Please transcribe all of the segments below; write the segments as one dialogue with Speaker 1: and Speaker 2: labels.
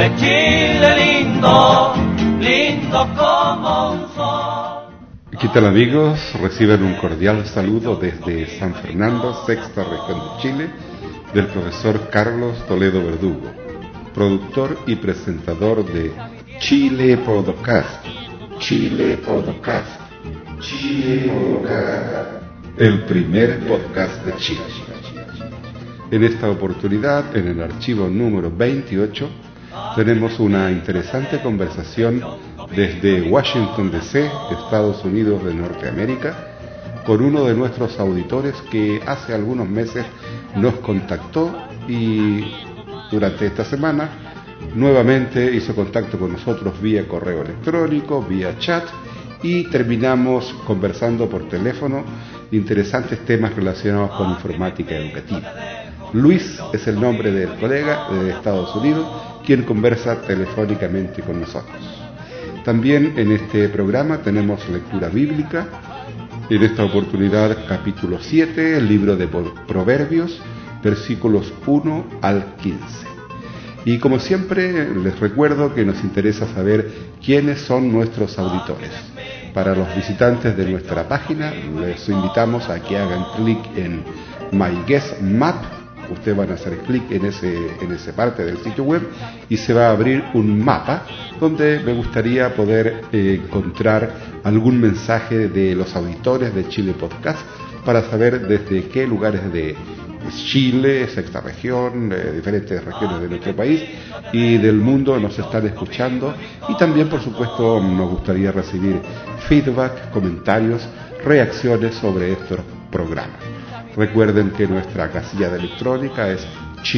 Speaker 1: de Chile lindo, lindo como un sol.
Speaker 2: ¿Qué tal, amigos? Reciban un cordial saludo desde San Fernando, sexta región de Chile, del profesor Carlos Toledo Verdugo, productor y presentador de Chile Podcast, Chile Podcast, Chile Podcast, el primer podcast de Chile. En esta oportunidad, en el archivo número 28, tenemos una interesante conversación desde Washington DC, Estados Unidos de Norteamérica, con uno de nuestros auditores que hace algunos meses nos contactó y durante esta semana nuevamente hizo contacto con nosotros vía correo electrónico, vía chat, y terminamos conversando por teléfono interesantes temas relacionados con informática educativa. Luis es el nombre del colega de Estados Unidos, quien conversa telefónicamente con nosotros. También en este programa tenemos lectura bíblica, en esta oportunidad capítulo 7, el libro de Proverbios, versículos 1 al 15. Y como siempre, les recuerdo que nos interesa saber quiénes son nuestros auditores. Para los visitantes de nuestra página, les invitamos a que hagan clic en My Guest Map. Ustedes van a hacer clic en ese parte del sitio web y se va a abrir un mapa donde me gustaría poder encontrar algún mensaje de los auditores de Chile Podcast para saber desde qué lugares de Chile, sexta región, diferentes regiones de nuestro país y del mundo nos están escuchando, y también por supuesto nos gustaría recibir feedback, comentarios, reacciones sobre estos programas. Recuerden que nuestra casilla de electrónica es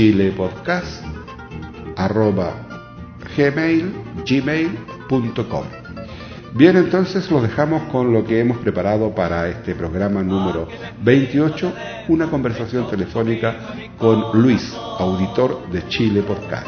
Speaker 2: chilepodcast@gmail.com. Bien, entonces los dejamos con lo que hemos preparado para este programa número 28, una conversación telefónica con Luis, auditor de Chile Podcast.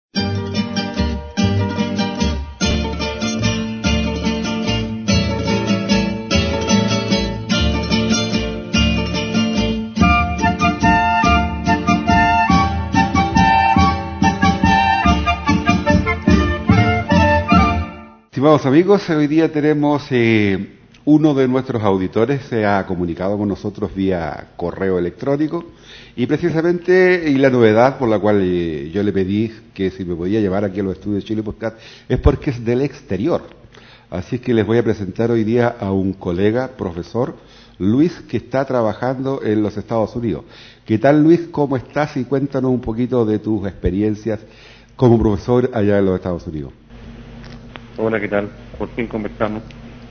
Speaker 2: Estimados amigos, hoy día tenemos uno de nuestros auditores se ha comunicado con nosotros vía correo electrónico, y precisamente y la novedad por la cual yo le pedí que si me podía llevar aquí a los estudios de Chile Podcast es porque es del exterior. Así es que les voy a presentar hoy día a un colega, profesor, Luis, que está trabajando en los Estados Unidos. ¿Qué tal, Luis? ¿Cómo estás? Y cuéntanos un poquito de tus experiencias como profesor allá en los Estados Unidos.
Speaker 3: Hola, ¿qué tal? Por fin conversamos.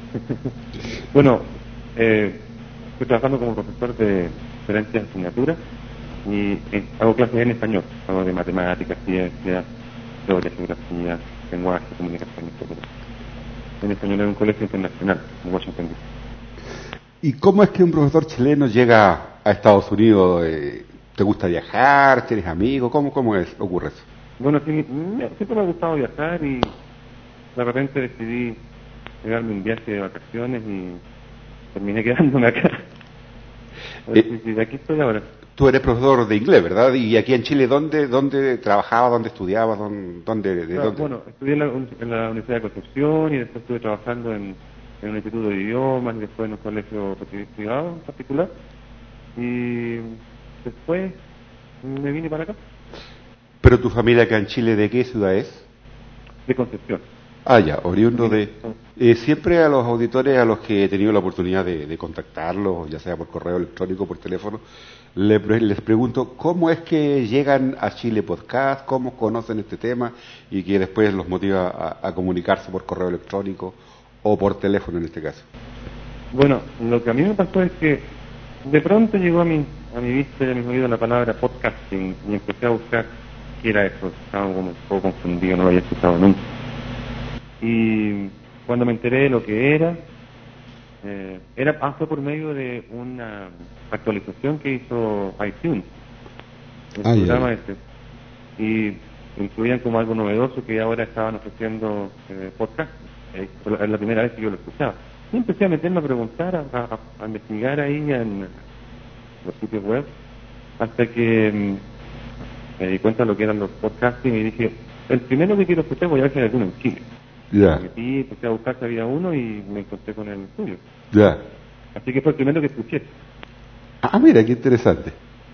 Speaker 3: Bueno, estoy trabajando como profesor de diferentes asignaturas y hago clases en español. Hago de matemáticas, ciencia, historia, geografía, lenguaje, comunicación, etc. En español en un colegio internacional en Washington DC.
Speaker 2: ¿Y cómo es que un profesor chileno llega a Estados Unidos? ¿Te gusta viajar? ¿Tienes amigos? ¿Cómo ocurre eso?
Speaker 3: Bueno, sí, siempre me ha gustado viajar y de repente decidí pegarme un viaje de vacaciones y terminé quedándome acá. Y de aquí estoy ahora.
Speaker 2: Tú eres profesor de inglés, ¿verdad? Y aquí en Chile, ¿dónde trabajabas? ¿Dónde estudiabas? ¿Dónde?
Speaker 3: Bueno, estudié en la Universidad de Concepción y después estuve trabajando en un instituto de idiomas y después en un colegio privado en particular. Y después me vine para acá.
Speaker 2: ¿Pero tu familia acá en Chile de qué ciudad es?
Speaker 3: De Concepción.
Speaker 2: Ah, ya, oriundo de... siempre a los auditores a los que he tenido la oportunidad de contactarlos, ya sea por correo electrónico o por teléfono, les pregunto cómo es que llegan a Chile Podcast, cómo conocen este tema y que después los motiva a comunicarse por correo electrónico o por teléfono en este caso.
Speaker 3: Bueno, lo que a mí me pasó es que de pronto llegó a mi vista y a mis oídos la palabra podcasting y empecé a buscar qué era eso. Estaba como un poco confundido, no lo había escuchado nunca. Y cuando me enteré de lo que fue por medio de una actualización que hizo iTunes, el programa este, y incluían como algo novedoso que ahora estaban ofreciendo podcast. Es la primera vez que yo lo escuchaba. Y empecé a meterme a preguntar, a investigar ahí en los sitios web, hasta que me di cuenta de lo que eran los podcasting y dije, el primero que quiero escuchar, voy a ver si hay alguno en Chile.
Speaker 2: Ya.
Speaker 3: Me metí, empecé a buscar si había uno y me encontré con el tuyo.
Speaker 2: Ya.
Speaker 3: Así que fue el primero que escuché.
Speaker 2: Ah, mira, qué interesante.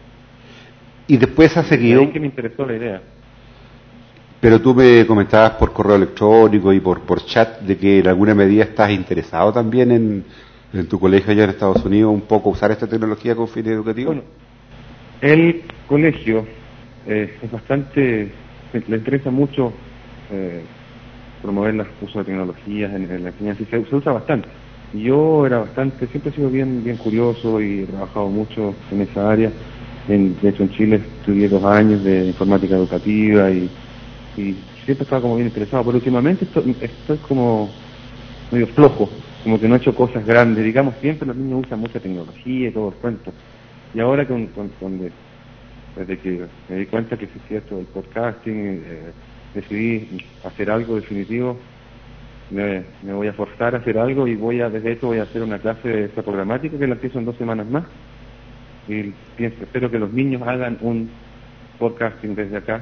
Speaker 2: Y después ha
Speaker 3: De
Speaker 2: seguido,
Speaker 3: ahí que me interesó la idea.
Speaker 2: pero tú me comentabas por correo electrónico y por chat de que en alguna medida estás interesado también en tu colegio allá en Estados Unidos un poco usar esta tecnología con fines educativos.
Speaker 3: Bueno, el colegio es bastante, le interesa mucho promover el uso de tecnologías en la enseñanza y se usa bastante. Y yo era bastante, siempre he sido bien curioso y he trabajado mucho en esa área. De hecho, en Chile estudié 2 años de informática educativa y siempre estaba como bien interesado, pero últimamente estoy como medio flojo, como que no he hecho cosas grandes, digamos, siempre los niños usan mucha tecnología y todo el cuento. Y ahora desde que me di cuenta que sí es cierto el podcasting, decidí hacer algo definitivo, me voy a forzar a hacer algo y desde esto voy a hacer una clase de esta programática que la empiezo en 2 semanas más. Y espero que los niños hagan un podcasting desde acá,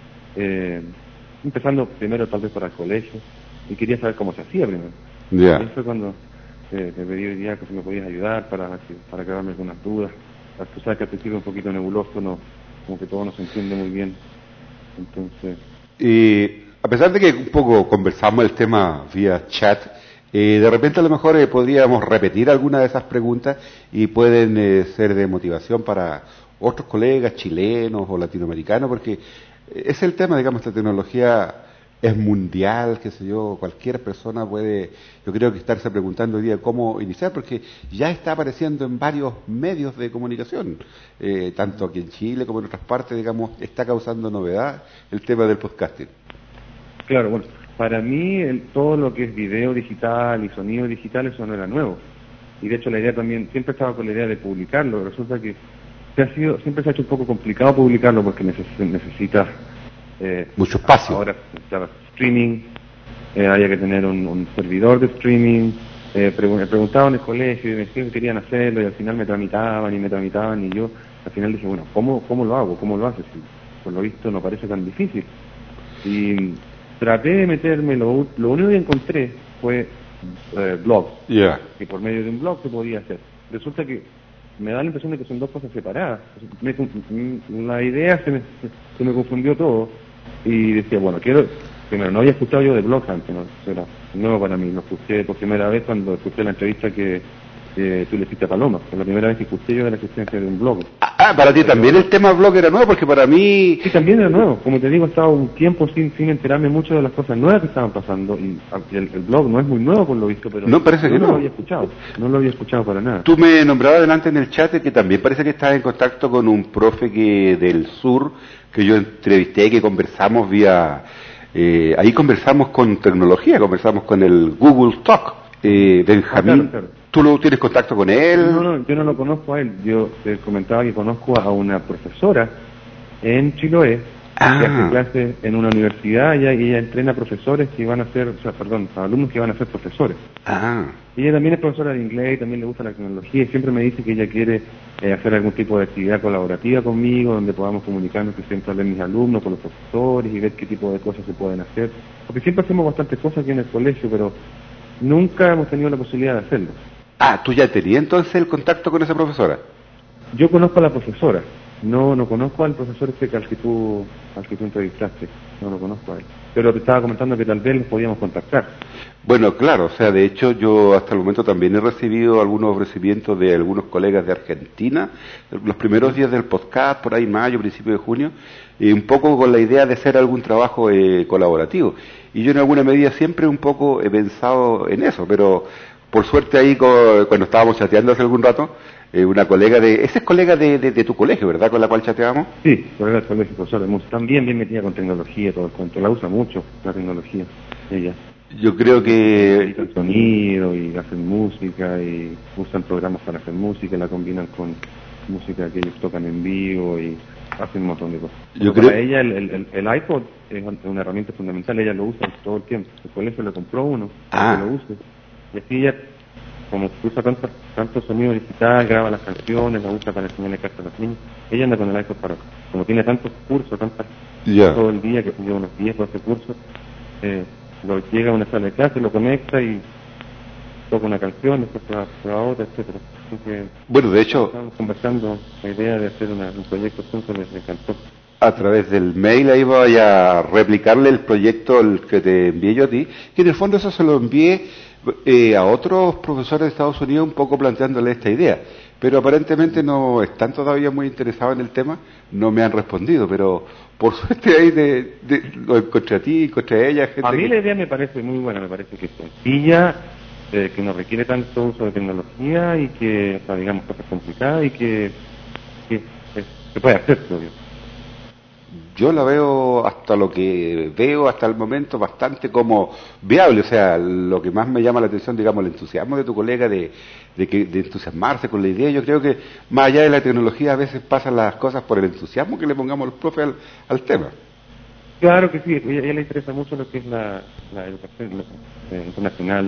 Speaker 3: empezando primero tal vez para el colegio, y quería saber cómo se hacía primero.
Speaker 2: Ya.
Speaker 3: Y ahí fue cuando te pedí hoy día que si me podías ayudar para aclararme algunas dudas. Tú sabes que al principio es un poquito nebuloso, como que todo no se entiende muy bien. Entonces,
Speaker 2: Y a pesar de que un poco conversamos el tema vía chat, de repente a lo mejor podríamos repetir algunas de esas preguntas y pueden ser de motivación para otros colegas chilenos o latinoamericanos, porque es el tema, digamos, esta tecnología es mundial, qué sé yo, cualquier persona puede, yo creo que estarse preguntando hoy día cómo iniciar, porque ya está apareciendo en varios medios de comunicación, tanto aquí en Chile como en otras partes, digamos, está causando novedad el tema del podcasting.
Speaker 3: claro, bueno, para mí todo lo que es video digital y sonido digital, eso no era nuevo. Y de hecho la idea también, siempre estaba con la idea de publicarlo. Resulta que siempre se ha hecho un poco complicado publicarlo porque necesita
Speaker 2: Mucho espacio.
Speaker 3: ahora ya, streaming, había que tener un servidor de streaming. Me preguntaban en el colegio y me decían que querían hacerlo y al final me tramitaban y yo al final dije, bueno, ¿cómo lo hago? ¿Cómo lo haces? Y por lo visto no parece tan difícil. Y traté de meterme, lo único que encontré fue blogs,
Speaker 2: Ya.
Speaker 3: que por medio de un blog se podía hacer. Resulta que me da la impresión de que son 2 cosas separadas. La idea se me confundió todo y decía, bueno, primero, no había escuchado yo de blogs antes, ¿no? Era nuevo para mí, lo escuché por primera vez cuando escuché la entrevista que tú le hiciste a Paloma, fue la primera vez que escuché yo de la existencia de un blog.
Speaker 2: Para ti también el tema blog era nuevo, porque para mí...
Speaker 3: Sí, también era nuevo. Como te digo, he estado un tiempo sin enterarme mucho de las cosas nuevas que estaban pasando. Y el blog no es muy nuevo por lo visto, pero
Speaker 2: No, parece que
Speaker 3: no
Speaker 2: no.
Speaker 3: lo había escuchado. No lo había escuchado para nada.
Speaker 2: Tú me nombrabas delante en el chat que también parece que estás en contacto con un profe del sur que yo entrevisté, que conversamos vía... ahí conversamos con tecnología, conversamos con el Google Talk. Benjamín,
Speaker 3: Claro.
Speaker 2: ¿tú no tienes contacto con él?
Speaker 3: No, yo no lo conozco a él. Yo te comentaba que conozco a una profesora en Chiloé que hace clases en una universidad y ella entrena profesores que van a ser, alumnos que van a ser profesores. Y ella también es profesora de inglés, también le gusta la tecnología y siempre me dice que ella quiere hacer algún tipo de actividad colaborativa conmigo, donde podamos comunicarnos, que siempre hablen mis alumnos con los profesores y ver qué tipo de cosas se pueden hacer. Porque siempre hacemos bastantes cosas aquí en el colegio, pero nunca hemos tenido la posibilidad de hacerlo.
Speaker 2: ¿Tú ya tenías entonces el contacto con esa profesora?
Speaker 3: Yo conozco a la profesora, no conozco al profesor al que tú entrevistaste, no lo conozco a él. Pero te estaba comentando que tal vez los podíamos contactar.
Speaker 2: Bueno, claro, o sea, de hecho yo hasta el momento también he recibido algunos ofrecimientos de algunos colegas de Argentina, los primeros días del podcast, por ahí mayo, principio de junio, un poco con la idea de hacer algún trabajo colaborativo. Y yo en alguna medida siempre un poco he pensado en eso, pero por suerte ahí cuando estábamos chateando hace algún rato, una colega ese es colega de tu colegio, ¿verdad? Con la cual chateamos.
Speaker 3: Sí, colega del colegio, profesora de música, también bien metida con tecnología, todo el cuento, la usa mucho, la tecnología, ella.
Speaker 2: Yo creo que...
Speaker 3: Editan sonido y hacen música y usan programas para hacer música, la combinan con música que ellos tocan en vivo y hacen un montón de cosas. Para ella el iPod es una herramienta fundamental, ella lo usa todo el tiempo. El colegio le compró uno para que lo use. Y así ella, como usa tanto sonido digital, graba las canciones, la usa para enseñarle cartas a los niños, ella anda con el iPod como tiene tantos cursos, todo el día, que tiene unos 10, 12 cursos, lo llega a una sala de clase, lo conecta y toca una canción, después se va a otra, etcétera. Así que,
Speaker 2: bueno, de hecho,
Speaker 3: estamos conversando la idea de hacer un proyecto juntos desde Cantón.
Speaker 2: A través del mail ahí voy a replicarle el proyecto el que te envié yo a ti, que en el fondo eso se lo envié a otros profesores de Estados Unidos un poco planteándole esta idea, pero aparentemente no están todavía muy interesados en el tema, no me han respondido, pero por suerte ahí lo encontré a ti, encontré a ella, gente.
Speaker 3: A mí la idea me parece muy buena, me parece que es sencilla, que no requiere tanto uso de tecnología y que, o sea, digamos, cosas complicadas y que se puede hacer, creo yo.
Speaker 2: Yo la veo, hasta lo que veo hasta el momento, bastante como viable. O sea, lo que más me llama la atención, digamos, el entusiasmo de tu colega de entusiasmarse con la idea. Yo creo que más allá de la tecnología a veces pasan las cosas por el entusiasmo que le pongamos los profes al tema.
Speaker 3: Claro que sí, a ella le interesa mucho lo que es la educación internacional.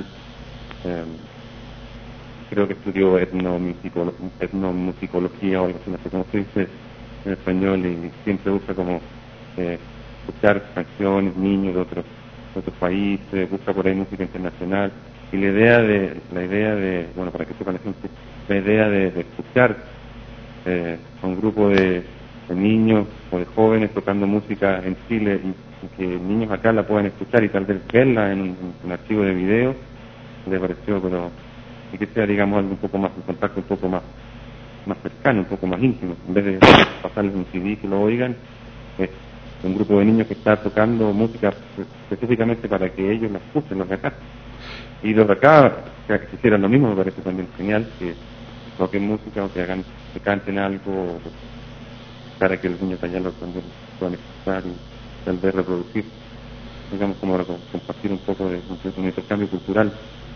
Speaker 3: Creo que estudió etnomusicología o algo así, no sé cómo se dice en español, y siempre usa como escuchar canciones, niños de otros países, busca por ahí música internacional, y la idea de bueno, para que sepa la gente, la idea de escuchar a un grupo de niños o de jóvenes tocando música en Chile y que niños acá la puedan escuchar y tal vez verla en un archivo de video, le pareció, pero y que sea, digamos, algo un poco más, un contacto un poco más cercano, un poco más íntimo, en vez de pasarles un CD que lo oigan, es un grupo de niños que está tocando música específicamente para que ellos la escuchen, los de acá. Y los de acá, que hicieran lo mismo, me parece también genial, que toquen música o que canten algo para que los niños allá lo también puedan escuchar y tal vez reproducir, digamos, como para compartir un poco de un intercambio cultural.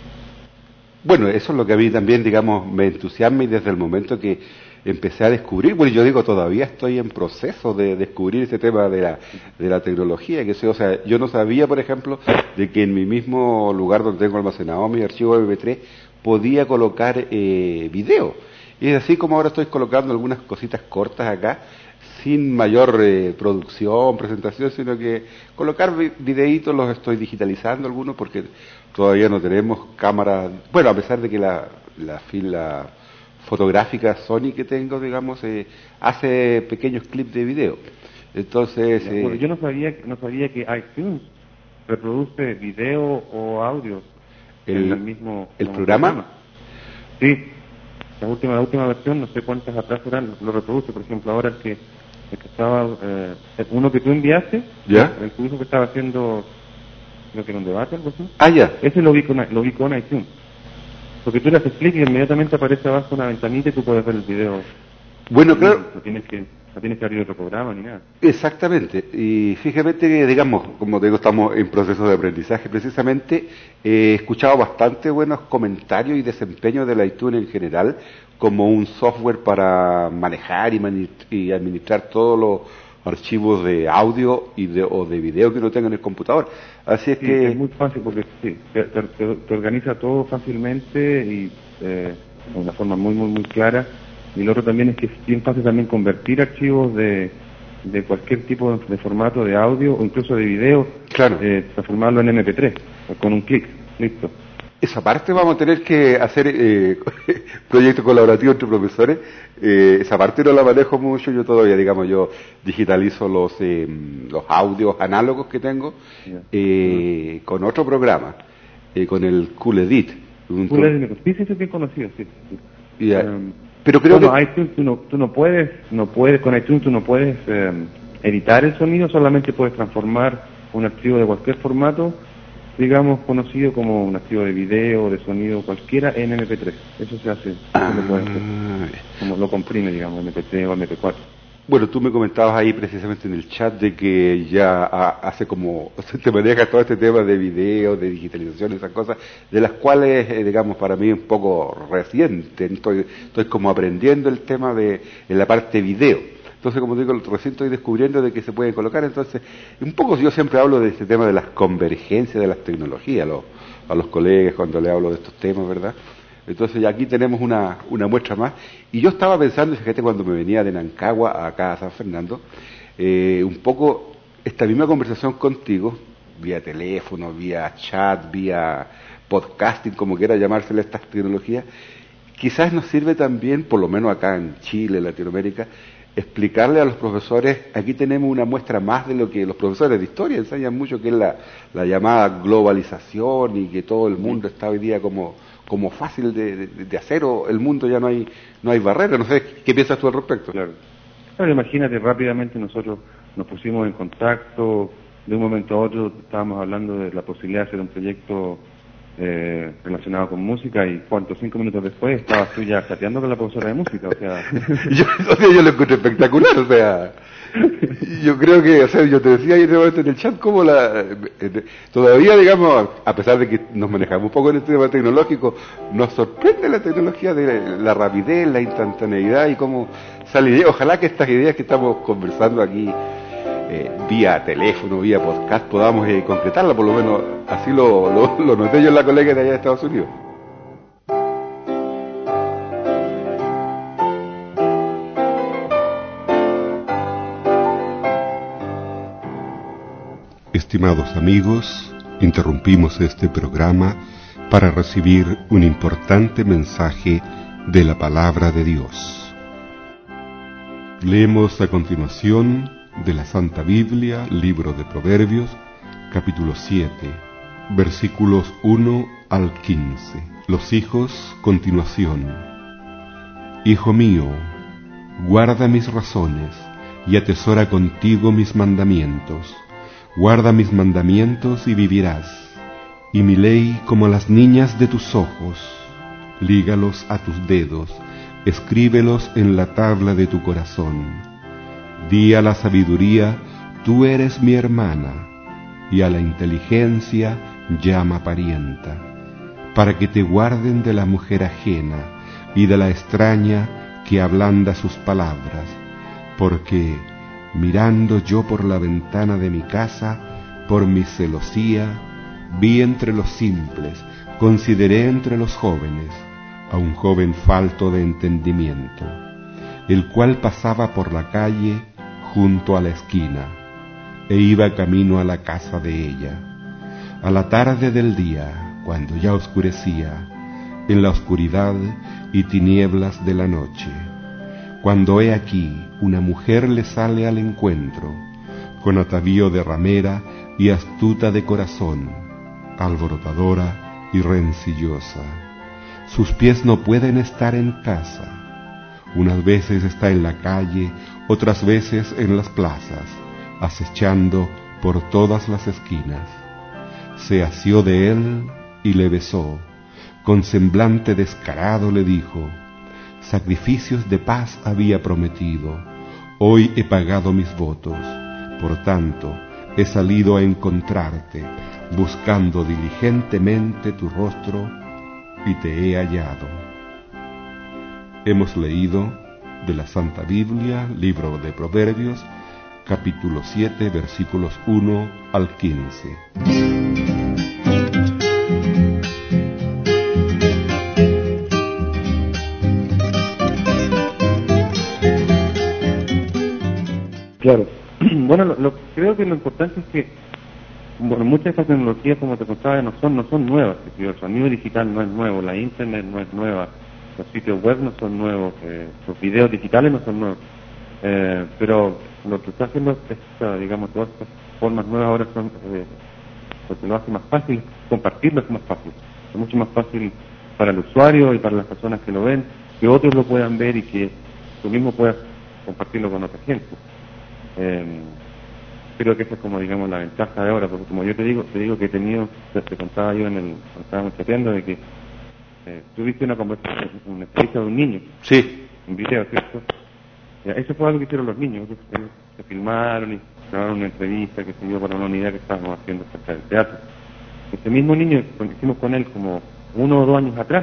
Speaker 2: Bueno, eso es lo que a mí también, digamos, me entusiasma, y desde el momento que empecé a descubrir, bueno, yo digo, todavía estoy en proceso de descubrir ese tema de la tecnología, o sea, yo no sabía, por ejemplo, de que en mi mismo lugar donde tengo almacenado mi archivo MP3 podía colocar video. Y es así como ahora estoy colocando algunas cositas cortas acá, sin mayor producción, presentación, sino que colocar videitos, los estoy digitalizando algunos porque todavía no tenemos cámaras, bueno, a pesar de que la fila fotográfica Sony que tengo, digamos, hace pequeños clips de video. Entonces,
Speaker 3: bueno, yo no sabía que iTunes reproduce video o audio en el mismo
Speaker 2: programa.
Speaker 3: Sí, la última versión, no sé cuántas atrás eran, lo reproduce. Por ejemplo, ahora el que estaba, uno que tú enviaste,
Speaker 2: ¿ya?
Speaker 3: El tu hijo que estaba haciendo, creo que era un debate, algo así.
Speaker 2: Ah, ya.
Speaker 3: Ese lo vi con iTunes. Porque tú le haces clic y inmediatamente aparece abajo una ventanita y tú puedes ver el video.
Speaker 2: Bueno, claro.
Speaker 3: No tienes que abrir otro programa ni nada.
Speaker 2: Exactamente. Y fíjate que, digamos, como te digo, estamos en proceso de aprendizaje. Precisamente he escuchado bastante buenos comentarios y desempeño del iTunes en general como un software para manejar y administrar todos los archivos de audio o de video que uno tenga en el computador. Así es que
Speaker 3: es muy fácil porque te organiza todo fácilmente y de una forma muy clara. Y lo otro también es que es bien fácil también convertir archivos de cualquier tipo de formato de audio o incluso de video,
Speaker 2: claro,
Speaker 3: transformarlo en MP3 con un clic, listo.
Speaker 2: Esa parte vamos a tener que hacer proyectos colaborativos entre profesores. Esa parte no la manejo mucho yo todavía, digamos, yo digitalizo los audios análogos que tengo con otro programa, con el Cool Edit.
Speaker 3: Sí, es bien conocido, sí.
Speaker 2: Pero creo que
Speaker 3: iTunes tú no puedes, con iTunes tú no puedes editar el sonido, solamente puedes transformar un archivo de cualquier formato, digamos, conocido como un archivo de video, de sonido, cualquiera, en MP3. Eso se hace, eso lo puede hacer. Como lo comprime, digamos, MP3 o MP4.
Speaker 2: Bueno, tú me comentabas ahí precisamente en el chat de que ya hace como, te manejas todo este tema de video, de digitalización, esas cosas, de las cuales, digamos, para mí es un poco reciente. Estoy como aprendiendo el tema en la parte video. Entonces, como digo, recién estoy descubriendo de que se pueden colocar. Entonces, un poco yo siempre hablo de este tema de las convergencias de las tecnologías a los colegas cuando les hablo de estos temas, ¿verdad? Entonces ya aquí tenemos una muestra más. Y yo estaba pensando, fíjate, cuando me venía de Nancagua acá a San Fernando, un poco esta misma conversación contigo, vía teléfono, vía chat, vía podcasting, como quiera llamársele estas tecnologías, quizás nos sirve también, por lo menos acá en Chile, Latinoamérica, explicarle a los profesores, aquí tenemos una muestra más de lo que los profesores de historia enseñan mucho, que es la llamada globalización y que todo el mundo está hoy día como fácil de hacer, o el mundo ya no hay barreras. No sé, ¿qué piensas tú al respecto?
Speaker 3: Claro. Bueno, imagínate, rápidamente nosotros nos pusimos en contacto, de un momento a otro estábamos hablando de la posibilidad de hacer un proyecto relacionado con música, y 5 minutos después estabas tú ya chateando con la profesora de música, o sea...
Speaker 2: yo lo encontré espectacular, o sea, yo creo que, o sea, yo te decía ahí en el chat como todavía, digamos, a pesar de que nos manejamos un poco en el tema tecnológico, nos sorprende la tecnología de la rapidez, la instantaneidad y cómo sale idea. Ojalá que estas ideas que estamos conversando aquí vía teléfono, vía podcast, podamos concretarla, por lo menos así lo noté yo en la colega de allá de Estados Unidos. Estimados amigos, interrumpimos este programa para recibir un importante mensaje de la Palabra de Dios. Leemos a continuación de la Santa Biblia, libro de Proverbios, capítulo 7, versículos 1 al 15. Los hijos, continuación. Hijo mío, guarda mis razones y atesora contigo mis mandamientos. Guarda mis mandamientos y vivirás, y mi ley como las niñas de tus ojos. Lígalos a tus dedos, escríbelos en la tabla de tu corazón. Di a la sabiduría, tú eres mi hermana, y a la inteligencia llama parienta, para que te guarden de la mujer ajena y de la extraña que ablanda sus palabras, porque mirando yo por la ventana de mi casa, por mi celosía, vi entre los simples, consideré entre los jóvenes, a un joven falto de entendimiento, el cual pasaba por la calle junto a la esquina, e iba camino a la casa de ella. A la tarde del día, cuando ya oscurecía, en la oscuridad y tinieblas de la noche, cuando he aquí una mujer le sale al encuentro, con atavío de ramera y astuta de corazón, alborotadora y rencillosa. Sus pies no pueden estar en casa. Unas veces está en la calle, otras veces en las plazas, acechando por todas las esquinas. Se asió de él y le besó. Con semblante descarado le dijo: sacrificios de paz había prometido, hoy he pagado mis votos, por tanto he salido a encontrarte, buscando diligentemente tu rostro, y te he hallado. Hemos leído de la Santa Biblia, libro de Proverbios, capítulo 7, versículos 1 al 15.
Speaker 3: Claro. Bueno, creo que lo importante es que, bueno, muchas de estas tecnologías, como te contaba, no son nuevas. El sonido digital no es nuevo, la internet no es nueva, los sitios web no son nuevos, los videos digitales no son nuevos. Pero lo que está haciendo digamos, todas estas formas nuevas ahora son, porque lo hace más fácil, compartirlo es más fácil. Es mucho más fácil para el usuario y para las personas que lo ven, que otros lo puedan ver y que tú mismo puedas compartirlo con otra gente. Creo que esa es como, digamos, la ventaja de ahora, porque como yo te digo que he tenido, te contaba yo cuando estábamos chateando, de que tuviste una conversación, una entrevista de un niño.
Speaker 2: Sí.
Speaker 3: Un video, ¿cierto? Ya, eso fue algo que hicieron los niños, ellos se filmaron y grabaron una entrevista que se dio para una unidad que estábamos haciendo acerca del teatro. Este mismo niño, hicimos con él como 1 o 2 años atrás.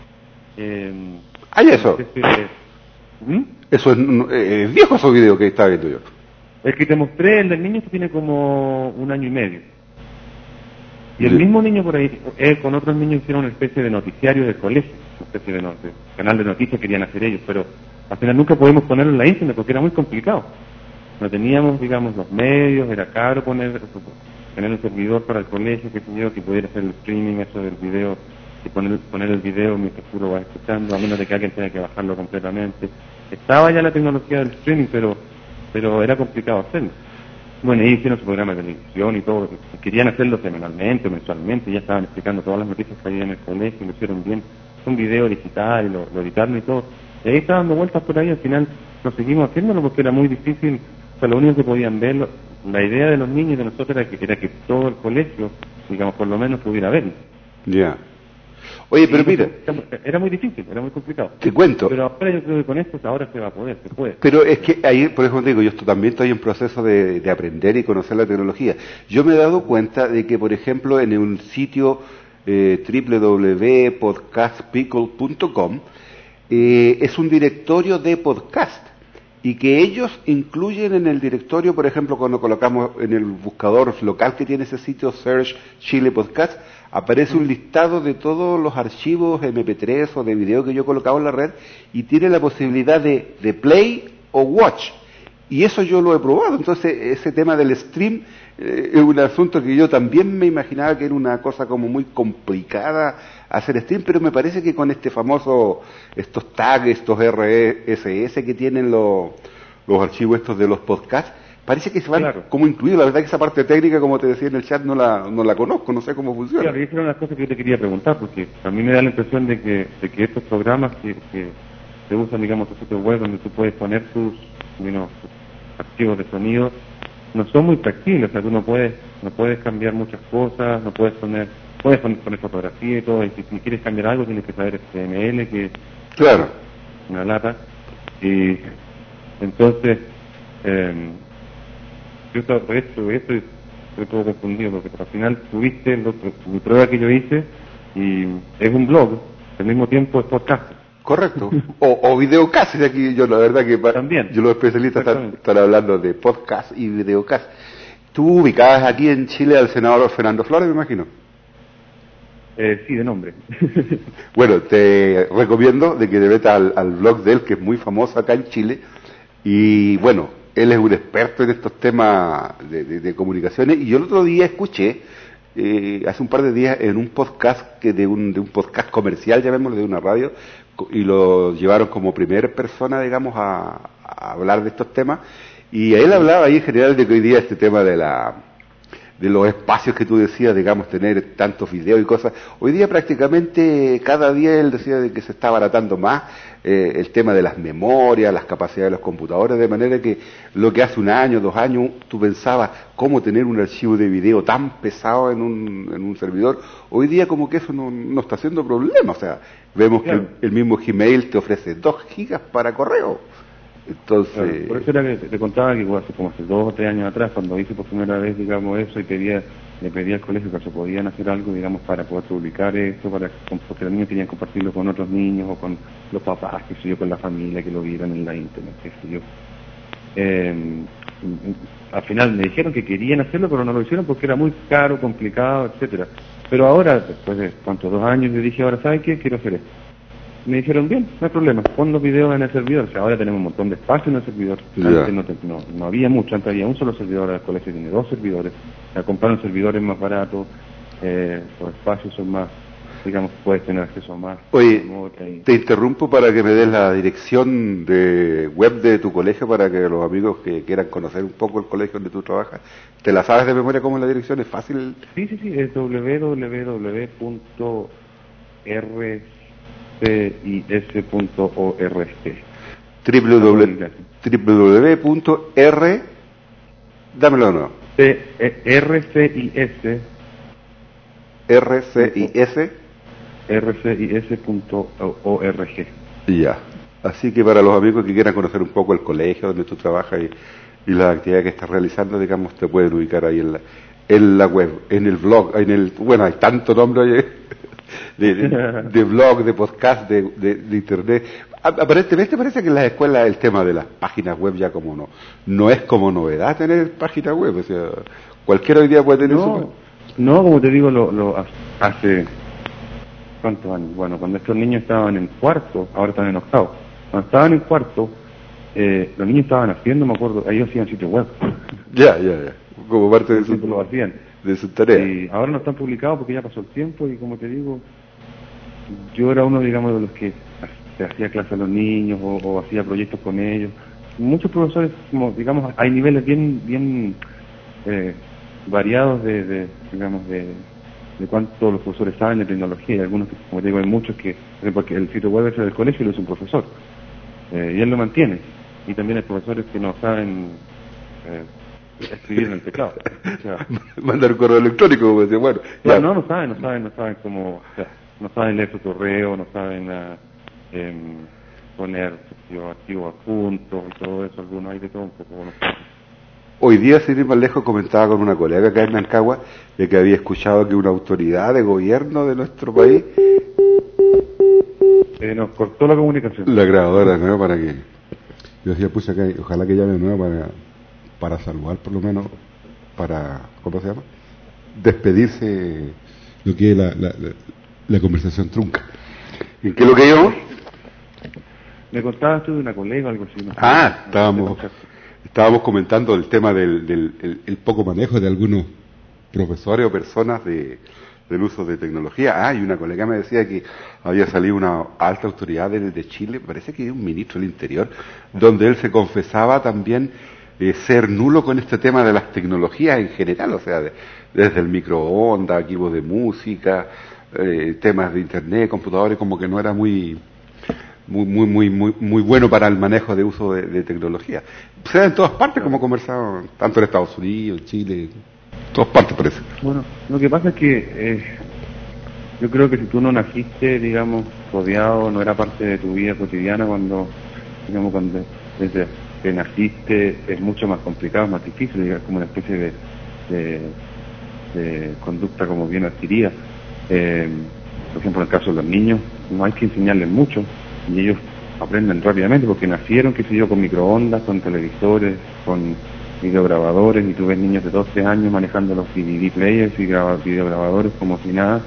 Speaker 2: ¿Hay eso? Eso es viejo, esos videos que estaba viendo yo.
Speaker 3: El que te mostré, el del niño, que tiene como 1 año y medio. Y el mismo niño por ahí, con otros niños hicieron una especie de noticiario del colegio. especie de canal de noticias querían hacer ellos, pero al final nunca podemos ponerlo en la internet porque era muy complicado. No teníamos, digamos, los medios, era caro tener un servidor para el colegio, qué sé yo, que pudiera hacer el streaming, eso del video, y poner el video mientras tú lo vas escuchando, a menos de que alguien tenga que bajarlo completamente. Estaba ya la tecnología del streaming, pero era complicado hacerlo. Bueno, ellos hicieron su programa de televisión y todo, querían hacerlo semanalmente, mensualmente, ya estaban explicando todas las noticias que había en el colegio, lo hicieron bien, un video digital, lo editaron y todo, y ahí estaban dando vueltas por ahí, al final no seguimos haciéndolo porque era muy difícil, o sea, lo único que podían ver, la idea de los niños y de nosotros era que todo el colegio, digamos, por lo menos pudiera verlo.
Speaker 2: Ya. Oye, pero mira,
Speaker 3: era muy difícil, era muy complicado.
Speaker 2: Te cuento.
Speaker 3: Pero ahora yo creo que con esto ahora se va a poder, se puede.
Speaker 2: Pero es que ahí, por ejemplo, digo, yo también estoy en proceso de aprender y conocer la tecnología. Yo me he dado cuenta de que, por ejemplo, en un sitio www.podcastpickle.com es un directorio de podcast y que ellos incluyen en el directorio, por ejemplo, cuando colocamos en el buscador local que tiene ese sitio, Search Chile Podcast, aparece un listado de todos los archivos MP3 o de video que yo he colocado en la red y tiene la posibilidad de play o watch. Y eso yo lo he probado. Entonces, ese tema del stream es un asunto que yo también me imaginaba que era una cosa como muy complicada hacer stream, pero me parece que con estos tags, estos RSS que tienen los archivos estos de los podcasts, parece que se van como incluidos. La verdad que esa parte técnica, como te decía en el chat, no la conozco, no sé cómo funciona.
Speaker 3: Claro, y esa era una cosa que yo te quería preguntar, porque a mí me da la impresión de que estos programas que se usan, digamos, tu sitio web donde tú puedes poner tus archivos de sonido, no son muy flexibles, o sea, tú no puedes cambiar muchas cosas, puedes poner fotografía y todo, y si quieres cambiar algo tienes que saber HTML, que
Speaker 2: claro,
Speaker 3: es una lata, y entonces yo estoy todo confundido, porque al final tuviste mi prueba que yo hice, y es un blog, al mismo tiempo es podcast.
Speaker 2: Correcto. O videocast, aquí yo la verdad que
Speaker 3: también,
Speaker 2: yo los especialistas están hablando de podcast y videocast. Tú ubicabas aquí en Chile al senador Fernando Flores, me imagino.
Speaker 3: Sí, de nombre.
Speaker 2: Bueno, te recomiendo de que te metas al blog de él, que es muy famoso acá en Chile, y bueno, él es un experto en estos temas de comunicaciones, y yo el otro día escuché, hace un par de días, en un podcast de un podcast comercial, llamémoslo, de una radio, y lo llevaron como primera persona, digamos, a hablar de estos temas, y él hablaba ahí en general de que hoy día este tema de los espacios que tú decías, digamos, tener tantos videos y cosas, hoy día prácticamente cada día él decía de que se está abaratando más el tema de las memorias, las capacidades de los computadores, de manera que lo que hace un año, 2 años, tú pensabas cómo tener un archivo de video tan pesado en un servidor, hoy día como que eso no está haciendo problema, o sea, vemos claro, que el mismo Gmail te ofrece 2 gigas para correo. Entonces,
Speaker 3: claro, por eso era que te contaba que hace 2 o 3 años atrás, cuando hice por primera vez, digamos, eso, y le pedí al colegio que se podían hacer algo, digamos, para poder publicar esto, porque los niños querían compartirlo con otros niños, o con los papás, qué sé yo, con la familia, que lo vieran en la internet, qué sé yo. Al final me dijeron que querían hacerlo, pero no lo hicieron porque era muy caro, complicado, etcétera. Pero ahora, después de 2 años, le dije, ahora, ¿sabes qué? Quiero hacer esto. Me dijeron, bien, no hay problema, pon los videos en el servidor. O sea, ahora tenemos un montón de espacio en el servidor. Antes no había mucho, antes había un solo servidor, el colegio tiene 2 servidores. O sea, compraron servidores más baratos, los espacios son más, digamos, puedes tener acceso a más.
Speaker 2: Oye, te interrumpo para que me des la dirección de web de tu colegio para que los amigos que quieran conocer un poco el colegio donde tú trabajas, ¿te la sabes de memoria cómo es la dirección? ¿Es fácil?
Speaker 3: Sí, es www.cis.org.
Speaker 2: www.r dámelo no.
Speaker 3: rcis.org.
Speaker 2: Ya. Así que para los amigos que quieran conocer un poco el colegio donde tú trabajas y las actividades que estás realizando, digamos, te pueden ubicar ahí en la web, en el blog, bueno, hay tanto nombre de blog, de podcast, de internet. Aparentemente parece que en las escuelas el tema de las páginas web ya como no es como novedad tener páginas web, o sea, cualquiera hoy día puede tener
Speaker 3: No, como te digo, hace ¿cuántos años? Bueno, cuando estos niños estaban en cuarto, ahora están en octavo. Cuando estaban en cuarto, los niños estaban haciendo, me acuerdo, ellos hacían sitio web.
Speaker 2: Ya. Como parte de
Speaker 3: Lo hacían.
Speaker 2: de su tarea.
Speaker 3: Y ahora no están publicados porque ya pasó el tiempo y como te digo, yo era uno, digamos, de los que hacía clase a los niños o hacía proyectos con ellos. Muchos profesores, como digamos, hay niveles bien variados de cuánto los profesores saben de tecnología. Y algunos, como te digo, hay muchos que, porque el sitio web es del colegio y lo es un profesor. Y él lo mantiene. Y también hay profesores que no saben escribir en el teclado. O sea,
Speaker 2: mandar un correo electrónico, como decía, bueno.
Speaker 3: ya. No saben cómo, o sea, no saben leer su correo, no saben poner archivos adjuntos y todo eso, algunos hay de todo un poco. No sé.
Speaker 2: Hoy día, sin ir más lejos, comentaba con una colega acá en Nancagua de que había escuchado que una autoridad de gobierno de nuestro país
Speaker 3: nos cortó la comunicación.
Speaker 2: la grabadora de nuevo para que yo decía, pucha, que ojalá que llame de nuevo para saludar, por lo menos, para, ¿cómo se llama? Despedirse lo que es la conversación trunca. ¿En qué es lo que yo?
Speaker 3: Me contabas tú de una colega o algo así.
Speaker 2: No, estábamos comentando el tema del poco manejo de algunos profesores o personas del uso de tecnología. Y una colega me decía que había salido una alta autoridad de Chile, parece que un ministro del Interior, donde él se confesaba también ser nulo con este tema de las tecnologías en general, o sea, desde el microondas, equipos de música, temas de internet, computadores, como que no era muy bueno para el manejo de uso de tecnología. O sea, en todas partes, como conversado, tanto en Estados Unidos, en Chile, en todas partes parece.
Speaker 3: Bueno, lo que pasa es que yo creo que si tú no naciste, digamos, rodeado, no era parte de tu vida cotidiana cuando desde que naciste, es mucho más complicado, es más difícil, digamos, como una especie de conducta como bien adquirida. Por ejemplo, en el caso de los niños, no hay que enseñarles mucho y ellos aprenden rápidamente porque nacieron, qué sé yo, con microondas, con televisores, con videograbadores, y tú ves niños de 12 años manejando los DVD players y videograbadores como si nada.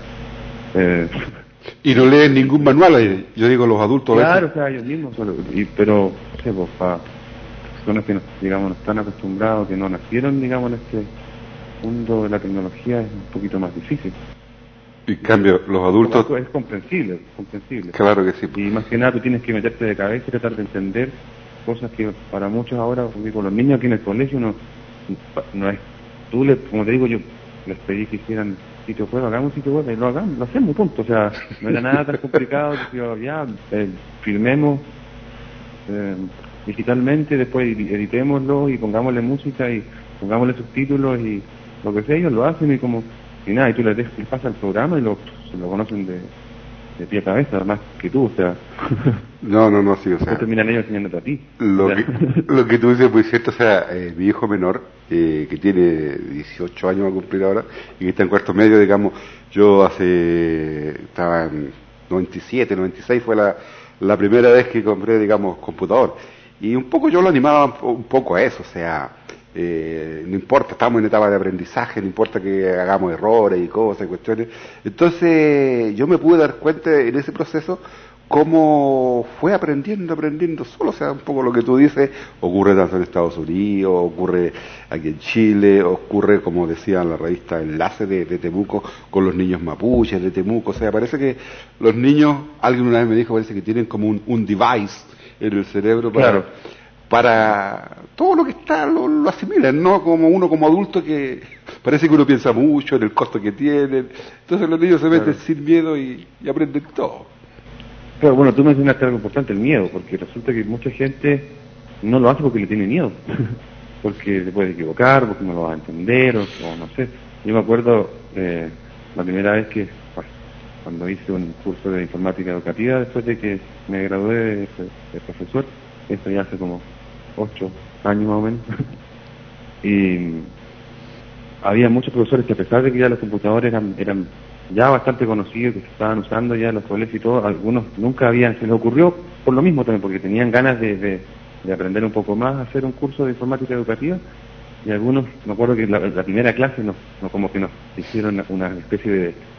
Speaker 2: Y no leen ningún manual, yo digo los adultos.
Speaker 3: Claro, o sea, ellos mismos, pero, no sé, pues, para personas que, digamos, no están acostumbrados, que no nacieron, digamos, en este mundo de la tecnología, es un poquito más difícil.
Speaker 2: En cambio, los adultos...
Speaker 3: Es comprensible.
Speaker 2: Claro que sí.
Speaker 3: Y más que nada tú tienes que meterte de cabeza y tratar de entender cosas que para muchos ahora, con los niños aquí en el colegio, no es... como te digo, yo les pedí que hicieran sitio web, hagamos un sitio web, y lo hacemos, punto. O sea, no era nada tan complicado, filmemos digitalmente, después editémoslo y pongámosle música y pongámosle subtítulos y lo que sea, ellos lo hacen y nada, y tú les pasas el programa y se lo conocen de pie a cabeza, más que tú, o sea.
Speaker 2: No, sí, o sea.
Speaker 3: Terminan ellos enseñándote a ti.
Speaker 2: Lo que tú dices es muy cierto, o sea, mi hijo menor, que tiene 18 años a cumplir ahora, y que está en cuarto medio, digamos, yo estaba en 97, 96, fue la primera vez que compré, digamos, computador. Y un poco yo lo animaba un poco a eso, o sea, no importa, estamos en etapa de aprendizaje, no importa que hagamos errores y cosas y cuestiones. Entonces yo me pude dar cuenta en ese proceso cómo fue aprendiendo solo, o sea, un poco lo que tú dices, ocurre tanto en Estados Unidos, ocurre aquí en Chile, ocurre, como decía en la revista Enlace de Temuco, con los niños mapuches de Temuco, o sea, parece que los niños, alguien una vez me dijo, parece que tienen como un device en el cerebro para todo lo que está, lo asimilan, no como uno como adulto que parece que uno piensa mucho en el costo que tienen, entonces los niños se meten sin miedo y aprenden todo.
Speaker 3: Pero bueno, tú mencionaste algo importante, el miedo, porque resulta que mucha gente no lo hace porque le tiene miedo, porque se puede equivocar, porque no lo va a entender, o no sé. Yo me acuerdo la primera vez cuando hice un curso de informática educativa, después de que me gradué de profesor, esto ya hace como 8 años más o menos, y había muchos profesores que a pesar de que ya los computadores eran ya bastante conocidos, que se estaban usando ya en los colegios y todo, algunos nunca se les ocurrió por lo mismo también, porque tenían ganas de aprender un poco más, hacer un curso de informática educativa, y algunos, me acuerdo que la primera clase como que nos hicieron una especie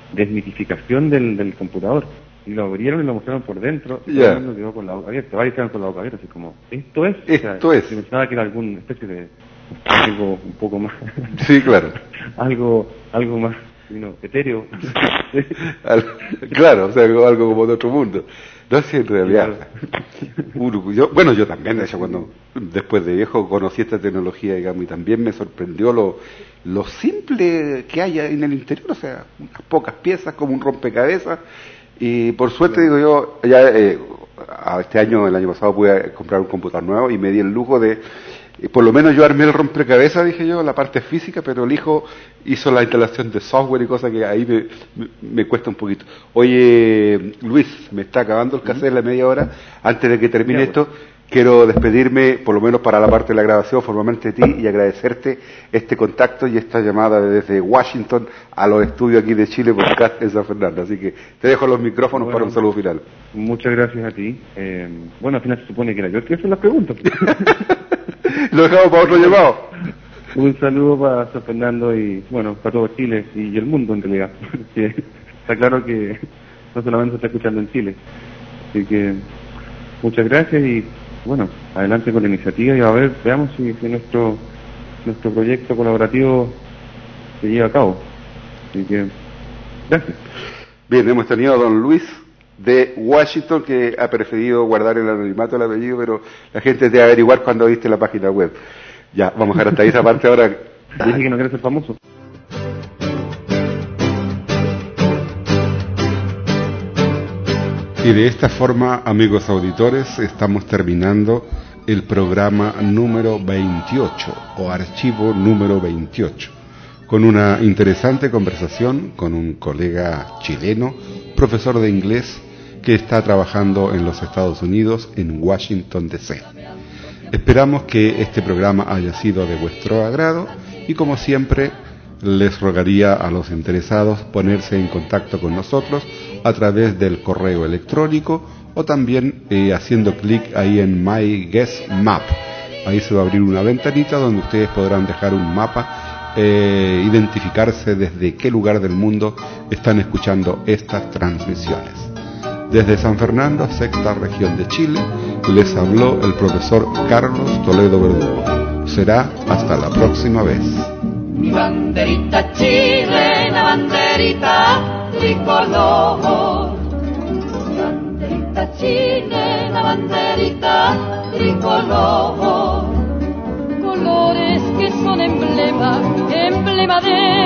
Speaker 3: desmitificación del computador. Y lo abrieron y lo mostraron por dentro, y todo el mundo quedó con la boca abierta, varios quedaron con la boca abierta, así como, ¿esto es?
Speaker 2: Esto es.
Speaker 3: Yo pensaba que era alguna especie de algo un poco más...
Speaker 2: Sí, claro.
Speaker 3: algo más, etéreo.
Speaker 2: Claro, o sea, algo como de otro mundo. No sé, en realidad. Yo también, de hecho, cuando después de viejo conocí esta tecnología, digamos, y también me sorprendió lo simple que hay en el interior, o sea, unas pocas piezas como un rompecabezas. Y por suerte, digo yo, ya este año, el año pasado, pude comprar un computador nuevo y me di el lujo de, por lo menos yo armé el rompecabezas, dije yo, la parte física, pero el hijo hizo la instalación de software y cosas que ahí me cuesta un poquito. Oye, Luis, me está acabando el cassette la media hora. Antes de que termine esto, quiero despedirme, por lo menos para la parte de la grabación, formalmente de ti y agradecerte este contacto y esta llamada desde Washington a los estudios aquí de Chile Podcast en San Fernando. Así que te dejo los micrófonos para un saludo final.
Speaker 3: Muchas gracias a ti. Al final se supone que era yo el que hace las preguntas.
Speaker 2: Lo dejamos para otro llamado.
Speaker 3: Un saludo para San Fernando y, para todo Chile y el mundo en realidad. Está claro que no solamente se está escuchando en Chile. Así que muchas gracias y, adelante con la iniciativa y a ver, veamos si nuestro proyecto colaborativo se lleva a cabo. Así que, gracias.
Speaker 2: Bien, hemos tenido a don Luis de Washington, que ha preferido guardar el anonimato del apellido, pero la gente debe averiguar cuando viste la página web. Ya, vamos a dejar hasta ahí esa parte ahora.
Speaker 3: Dije que no quiero ser famoso.
Speaker 2: Y de esta forma, amigos auditores, estamos terminando el programa número 28 o archivo número 28, con una interesante conversación con un colega chileno, profesor de inglés, que está trabajando en los Estados Unidos, en Washington, D.C. Esperamos que este programa haya sido de vuestro agrado y, como siempre, les rogaría a los interesados ponerse en contacto con nosotros a través del correo electrónico o también haciendo clic ahí en My Guest Map. Ahí se va a abrir una ventanita donde ustedes podrán dejar un mapa, identificarse desde qué lugar del mundo están escuchando estas transmisiones. Desde San Fernando, sexta región de Chile, les habló el profesor Carlos Toledo Verdugo. Será hasta la próxima vez.
Speaker 1: Mi banderita chilena, banderita tricolor. Mi banderita chilena, banderita tricolor. Colores que son emblema de